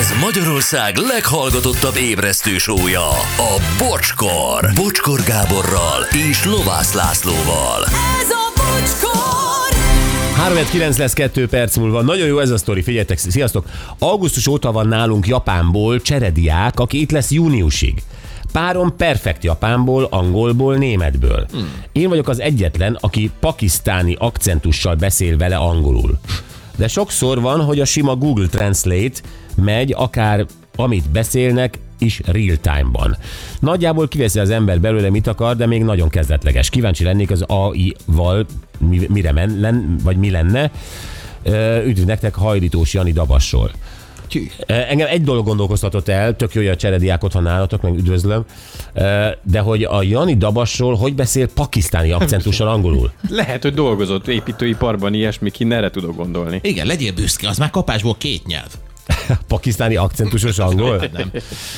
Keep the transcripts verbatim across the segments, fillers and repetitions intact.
Ez Magyarország leghallgatottabb ébresztő show-ja, a Bocskor. Bocskor Gáborral és Lovász Lászlóval. Ez a Bocskor! három kilenc lesz kettő perc múlva. Nagyon jó ez a sztori, figyeljetek, sziasztok! Augusztus óta van nálunk Japánból cserediák, aki itt lesz júniusig. Párom perfekt japánból, angolból, németből. Hmm. Én vagyok az egyetlen, aki pakisztáni akcentussal beszél vele angolul. De sokszor van, hogy a sima Google Translate megy akár amit beszélnek is real time-ban. Nagyjából kiveszi az ember belőle mit akar, de még nagyon kezdetleges. Kíváncsi lennék az á i-val mire men, len, vagy mi lenne. Üdv nektek, Hajlítós Jani Dabasról. Engem egy dolog gondolkoztatott el, tök jó, hogy a cserediák otthon nálatok, meg üdvözlöm, de hogy a Jani Dabasról hogy beszél pakisztáni akcentussal angolul? Lehet, hogy dolgozott építőiparban, ilyesmi, ki erre tudok gondolni. Igen, legyél büszke, az már kapásból két nyelv. Pakisztáni akcentusos angol? Nem.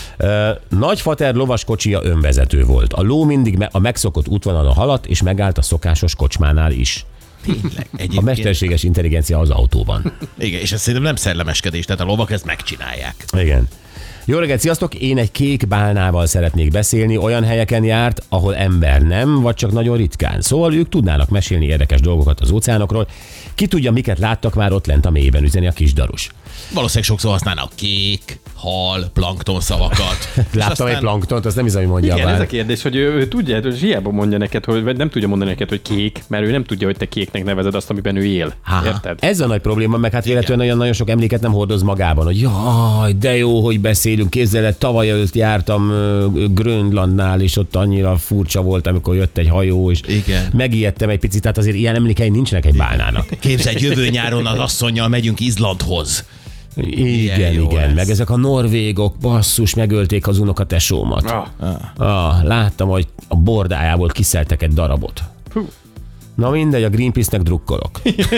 Nagyfater lovaskocsia önvezető volt. A ló mindig a megszokott útvonalon haladt, és megállt a szokásos kocsmánál is. Tényleg, egyébként. A mesterséges intelligencia az autóban. Igen, és ez szerintem nem szellemeskedés, tehát a lovak ezt megcsinálják. Igen. Jó reggelt, sziasztok! Én egy kék bálnával szeretnék beszélni, olyan helyeken járt, ahol ember nem, vagy csak nagyon ritkán. Szóval ők tudnának mesélni érdekes dolgokat az óceánokról. Ki tudja, miket láttak már ott lent a mélyben, üzeni a kisdarus. Valószínűleg sokszor használnak kék, hal, plankton szavakat. Láttam aztán... egy planktont, azt nem hiszem, hogy mondja. Igen, bár. ez a kérdés, hogy ő, ő tudja, hogy hiába mondja neked, hogy vagy nem tudja mondani neked, hogy kék, mert ő nem tudja, hogy te kéknek nevezed azt, amiben ő él. Há, érted? Ez a nagy probléma, meg hát véletlenül nagyon, nagyon sok emléket nem hordoz magában, hogy jaj, de jó, hogy beszélünk. Képzeld el, tavaly előtt jártam uh, Grönlandnál, és ott annyira furcsa volt, amikor jött egy hajó, és igen. Megijedtem egy picit, tehát azért ilyen emlékei nincsenek egy bálnának. Képzeld, jövő nyáron az asszonnyal megyünk Izlandhoz. Igen, igen, lesz. Meg ezek a norvégok, basszus, megölték az unokatesómat. Ah. Ah, láttam, hogy a bordájából kiszeltek egy darabot. Hú. Na mindegy, a Greenpeace-nek drukkolok.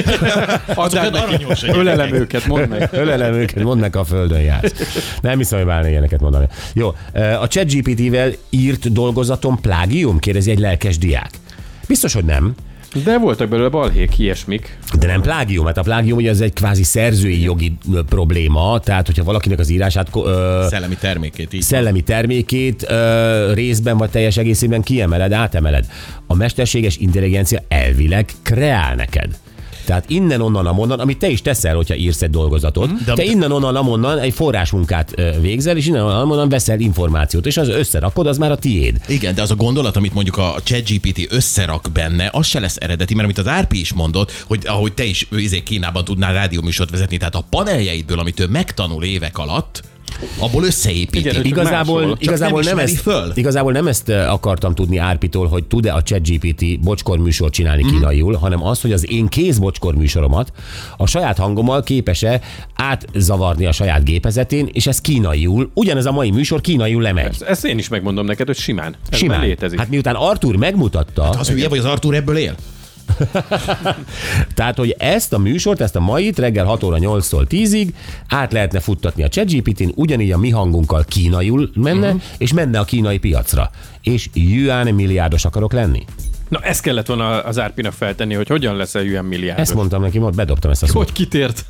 Ölelem őket, mondd meg. Ölelem őket, mondd meg, a földön jársz. Nem hiszem, hogy válna ilyeneket mondani. Jó, a ChatGPT-vel írt dolgozaton plágium? Kérdezi egy lelkes diák. Biztos, hogy nem. De voltak belőle balhék, ilyesmik. De nem plágium, hát a plágium ugye ez egy kvázi szerzői jogi probléma, tehát hogyha valakinek az írását... Ö, szellemi termékét. Így szellemi termékét ö, részben vagy teljes egészében kiemeled, átemeled. A mesterséges intelligencia elvileg kreál neked. Tehát innen-onnan, amonnan, amit te is teszel, hogyha írsz egy dolgozatot, de te innen-onnan, amonnan egy forrásmunkát végzel, és innen-onnan, amonnan veszel információt, és az összerakod, az már a tiéd. Igen, de az a gondolat, amit mondjuk a ChatGPT összerak benne, az se lesz eredeti, mert amit az Árpi is mondott, hogy ahogy te is izé Kínában tudnál rádióműsort vezetni, tehát a paneljeidből, amit ő megtanul évek alatt, abból összeépíti. Igen, igazából, igazából, nem nem ezt, föl. igazából nem ezt akartam tudni Árpitól, hogy tud-e a ChatGPT bocskor műsort csinálni mm. kínaiul, hanem az, hogy az én kéz bocskor műsoromat a saját hangommal képes-e átzavarni a saját gépezetén, és ez kínaiul, ugyanez a mai műsor kínaiul lemegy. Ezt, ezt én is megmondom neked, hogy simán. Ez simán. Létezik. Hát miután Artúr megmutatta... Hát az hülye, vagy az Artúr ebből él? Tehát, hogy ezt a műsort, ezt a mait reggel hat óra nyolctól tízig át lehetne futtatni a ChatGPT-n, ugyanígy a mi hangunkkal kínaiul menne, uh-huh. és menne a kínai piacra. És yuan milliárdos akarok lenni. Na, ezt kellett volna az Árpinak feltenni, hogy hogyan lesz a yuan milliárdos. Ezt mondtam neki, most bedobtam ezt a szót. Hogy kitért?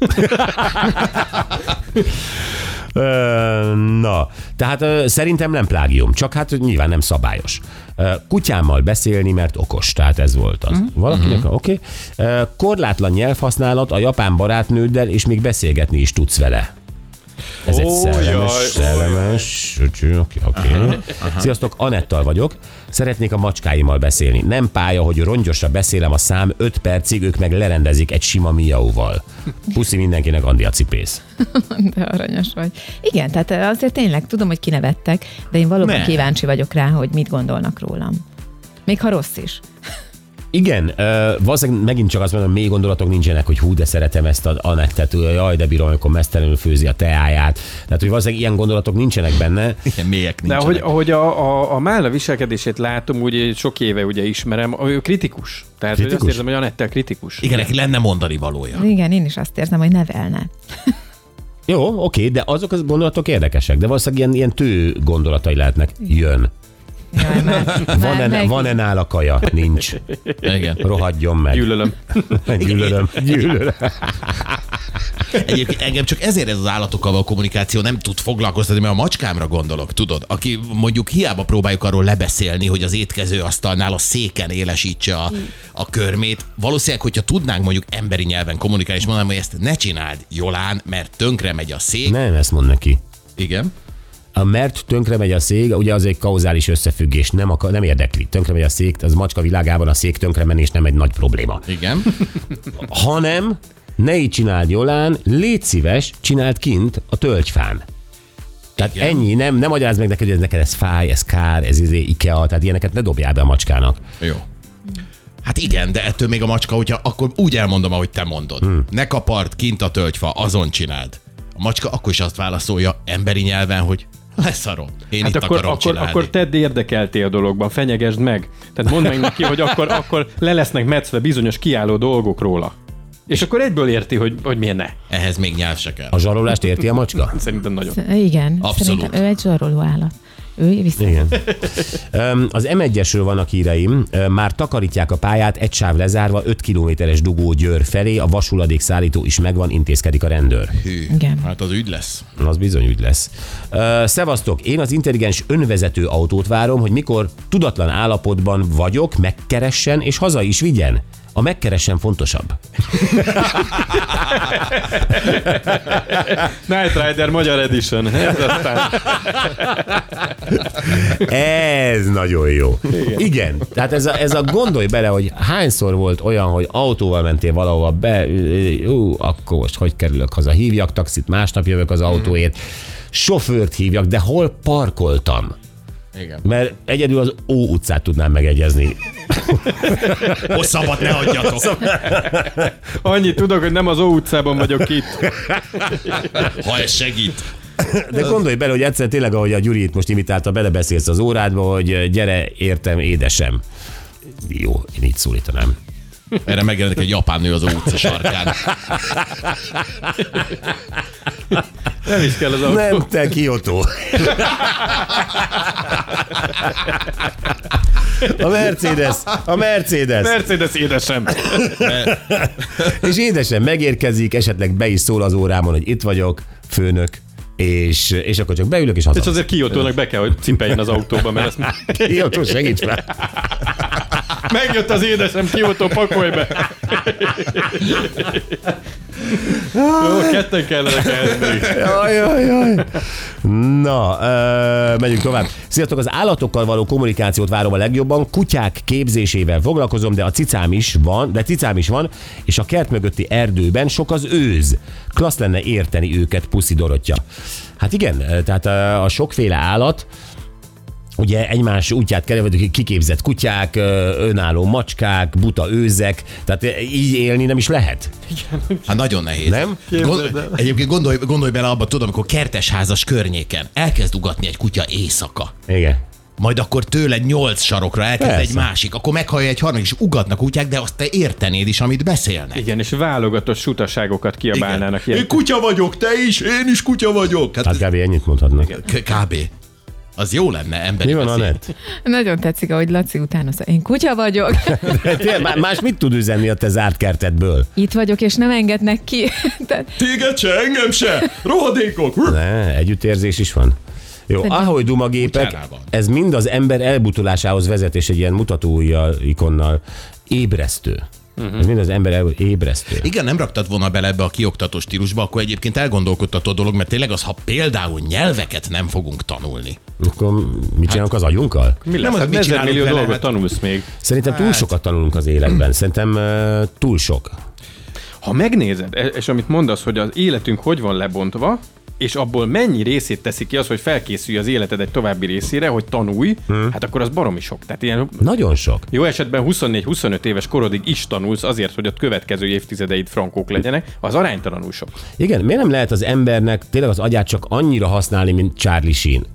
Na, tehát szerintem nem plágium, csak hát nyilván nem szabályos. Kutyámmal beszélni, mert okos, tehát ez volt az. Valakinek, uh-huh. oké. Okay. Korlátlan nyelvhasználat a japán barátnőddel, és még beszélgetni is tudsz vele. Ez egy szellemes, szellemes. Oké, oké. Sziasztok, Anettal vagyok. Szeretnék a macskáimmal beszélni. Nem pálya, hogy rongyosra beszélem a szám öt percig, ők meg lerendezik egy sima miauval. Puszi mindenkinek, Andi a cipész. De aranyos vagy. Igen, tehát azért tényleg tudom, hogy kinevettek, de én valóban ne. kíváncsi vagyok rá, hogy mit gondolnak rólam. Még ha rossz is. Igen, uh, valószínűleg megint csak azt mondom, mély gondolatok nincsenek, hogy hú, de szeretem ezt a Anettet, jaj, de bírom, amikor mesztelenül főzi a teáját. Tehát, hogy valószínűleg ilyen gondolatok nincsenek benne. Igen, mélyek nincsenek. De ahogy, ahogy a, a, a Málna viselkedését látom, úgy sok éve ugye ismerem, ő kritikus. Tehát kritikus? Azt érzem, hogy Anettel kritikus. Igen, neki lenne mondani valója. Igen, én is azt érzem, hogy nevelne. Jó, oké, de azok az gondolatok érdekesek, de valószínűleg ilyen, ilyen tő gondolatai lehetnek. Jön. Jaj, már, Van-e, meg... van-e nála kaja? Nincs. Igen. Rohadjon meg. Gyűlölöm. Gyűlölöm. Gyűlölöm. Egyébként engem csak ezért ez az állatokkal való kommunikáció nem tud foglalkoztatni, mert a macskámra gondolok, tudod? Aki mondjuk hiába próbáljuk arról lebeszélni, hogy az étkező asztalnál a széken élesítse a, a körmét. Valószínűleg, hogyha tudnánk mondjuk emberi nyelven kommunikálni, és mondanám, hogy ezt ne csináld, Jolán, mert tönkre megy a szék. Nem, ezt mond neki. Igen. A mert tönkre megy a szék, ugye az egy kauzális összefüggés, nem, akar, nem érdekli. Tönkre megy a szék, az macska világában a szék tönkre menés nem egy nagy probléma. Igen. Hanem ne így csináld, Jolán, légy szíves, csináld kint a tölgyfán. Tehát igen. Ennyi, nem, nem magyarázd meg neked, hogy ez neked ez fáj, ez kár, ez izé, IKEA, tehát ilyeneket ne dobjál be a macskának. Jó. Hát igen, de ettől még a macska, hogyha akkor úgy elmondom, ahogy te mondod. Hmm. Ne kapard, kint a tölgyfa, azon csináld. A macska akkor is azt válaszolja emberi nyelven, hogy leszarom. Én hát itt akkor, akarom akkor, csinálni. akkor tedd érdekeltél a dologban, fenyegesd meg. Tehát mondd meg neki, hogy akkor, akkor le lesznek metszve bizonyos kiálló dolgok róla. És akkor egyből érti, hogy, hogy miért ne. Ehhez még nyelv se kell. A zsarolást érti a macska? Szerintem nagyon. Igen, Abszolút. szerintem ő egy zsaroló állat. Ő viszont... Igen. Az em egyesről vannak híreim. Már takarítják a pályát, egy sáv lezárva, öt kilométeres dugó Győr felé, a vasuladék szállító is megvan, intézkedik a rendőr. Hű, Igen. hát az ügy lesz. Az bizony úgy lesz. Szevasztok, én az intelligens önvezető autót várom, hogy mikor tudatlan állapotban vagyok, megkeressen és haza is vigyen. A megkeressen fontosabb. Night Rider Magyar Edition. Ez aztán... Ez nagyon jó. Igen. Igen. Tehát ez a, ez a gondolj bele, hogy hányszor volt olyan, hogy autóval mentél valahova be, ú, akkor most hogy kerülök haza? Hívjak taxit, másnap jövök az autóért. Sofőrt hívjak, de hol parkoltam? Igen. Mert egyedül az Ó utcát tudnám megegyezni. Hosszabbat ne adjatok. Annyit tudok, hogy nem az Ó utcában vagyok itt. Ha ez segít. De gondolj bele, hogy egyszer tényleg, ahogy a Gyuri itt most imitálta, belebeszélsz az órádba, hogy gyere, értem, édesem. Jó, én így szólítanám. Erre megjelenik egy japán nő az Ó utca sarkán. Nem is kell az autó. Nem, te Kyoto. A Mercedes, a Mercedes. Mercedes édesem. És édesem megérkezik, esetleg be is szól az órámon, hogy itt vagyok, főnök, és, és akkor csak beülök, és haza. És azért Kiotónak be kell, hogy cipeljen az autóba, mert ezt már... Kyoto, segíts már. Megjött az édesem, Kiotó, pakolj be. Jó, ketten kellene kezdeni. Jaj, jaj, jaj. Na, ö, megyünk tovább. Sziasztok, az állatokkal való kommunikációt várom a legjobban. Kutyák képzésével foglalkozom, de a cicám is van, de cicám is van, és a kert mögötti erdőben sok az őz. Klassz lenne érteni őket, puszi Dorottya. Hát igen, tehát a sokféle állat, ugye egymás útját kerülve, kiképzett kutyák, önálló macskák, buta őzek, tehát így élni nem is lehet. Hát nagyon nehéz. Nem? Gond, egyébként gondolj, gondolj bele abba, tudom, amikor kertesházas környéken elkezd ugatni egy kutya éjszaka. Igen. Majd akkor tőle nyolc sarokra elkezd Persze. egy másik, akkor meghallja egy harmadik, és ugatnak kutyák, de azt te értenéd is, amit beszélnek. Igen, és válogatott sutaságokat kiabálnának. Én kutya vagyok, te is, én is kutya vagyok. Hát, Hát kb. Ennyit mondhatnak. k- kb. Az jó lenne emberi Mi van, beszéd. Anett? Nagyon tetszik, ahogy Laci utána szól. Én kutya vagyok. Tényleg, más mit tud üzenni a te zárt kertedből? Itt vagyok, és nem engednek ki. Tehát Téged se, engem se, rohadékok. Ne, együttérzés is van. Jó, Szerintem- ahogy dumagépek, Kutyánál van. ez mind az ember elbutulásához vezet, és egy ilyen mutatóujjal, ikonnal ébresztő. Uh-huh. Ez mind az ember el, ébresztő. Igen, nem raktad volna bele ebbe a kioktató stílusba, akkor egyébként elgondolkodtató dolog, mert tényleg az, ha például nyelveket nem fogunk tanulni. Akkor mit csinálunk az agyunkkal? Mi lesz? Nem az, Hát mit ezer csinálunk millió vele, dolgot hát- tanulsz még. Szerintem túl sokat tanulunk az életben. Szerintem uh, túl sok. Ha megnézed, e- és amit mondasz, hogy az életünk hogy van lebontva, és abból mennyi részét teszi ki az, hogy felkészülj az életed egy további részére, hogy tanulj, hmm. hát akkor az baromi sok. Tehát ilyen Nagyon sok. jó esetben huszonnégy-huszonöt éves korodig is tanulsz azért, hogy a következő évtizedeid frankók legyenek, az aránytalanul sok. Igen, miért nem lehet az embernek tényleg az agyát csak annyira használni, mint Charlie Sheen?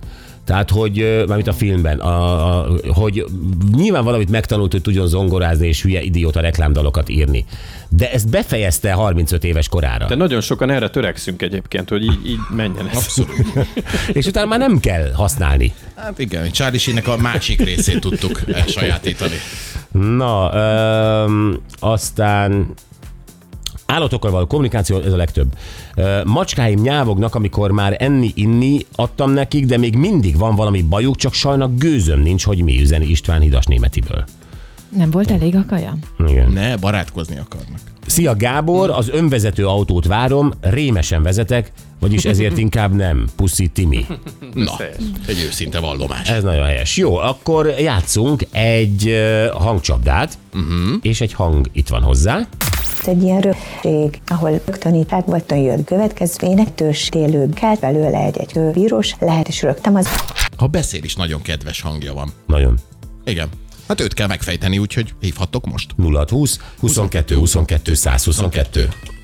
Tehát, hogy ö, mármint a filmben, a, a, hogy nyilván valamit megtanult, hogy tudjon zongorázni és hülye idióta reklámdalokat írni. De ezt befejezte harmincöt éves korára. De nagyon sokan erre törekszünk egyébként, hogy így, így menjen ez. Abszolút. És utána már nem kell használni. Hát igen, Charlie Sheen-nek a másik részét tudtuk elsajátítani. Na, ö, aztán állatokkal való kommunikáció, ez a legtöbb. Ö, macskáim nyávognak, amikor már enni-inni adtam nekik, de még mindig van valami bajuk, csak sajnak gőzöm nincs, hogy mi, üzeni István Hidasnémetiből. Nem volt elég a kaja? Igen. Ne, barátkozni akarnak. Szia Gábor, az önvezető autót várom, rémesen vezetek, vagyis ezért inkább nem. Puszi Timi. Na, egy őszinte vallomás. Ez nagyon helyes. Jó, akkor játszunk egy ö, hangcsapdát, uh-huh. és egy hang itt van hozzá. Ez egy ilyen röpség, ahol rögtönítják, rögtön jött következménynek, tőstélő kell belőle egy-egy vírus, lehet is rögtön az. Ha beszél is, nagyon kedves hangja van. Nagyon. Igen. Hát őt kell megfejteni, úgyhogy hívhattok most. nulla húsz huszonkettő huszonkettő száz huszonkettő.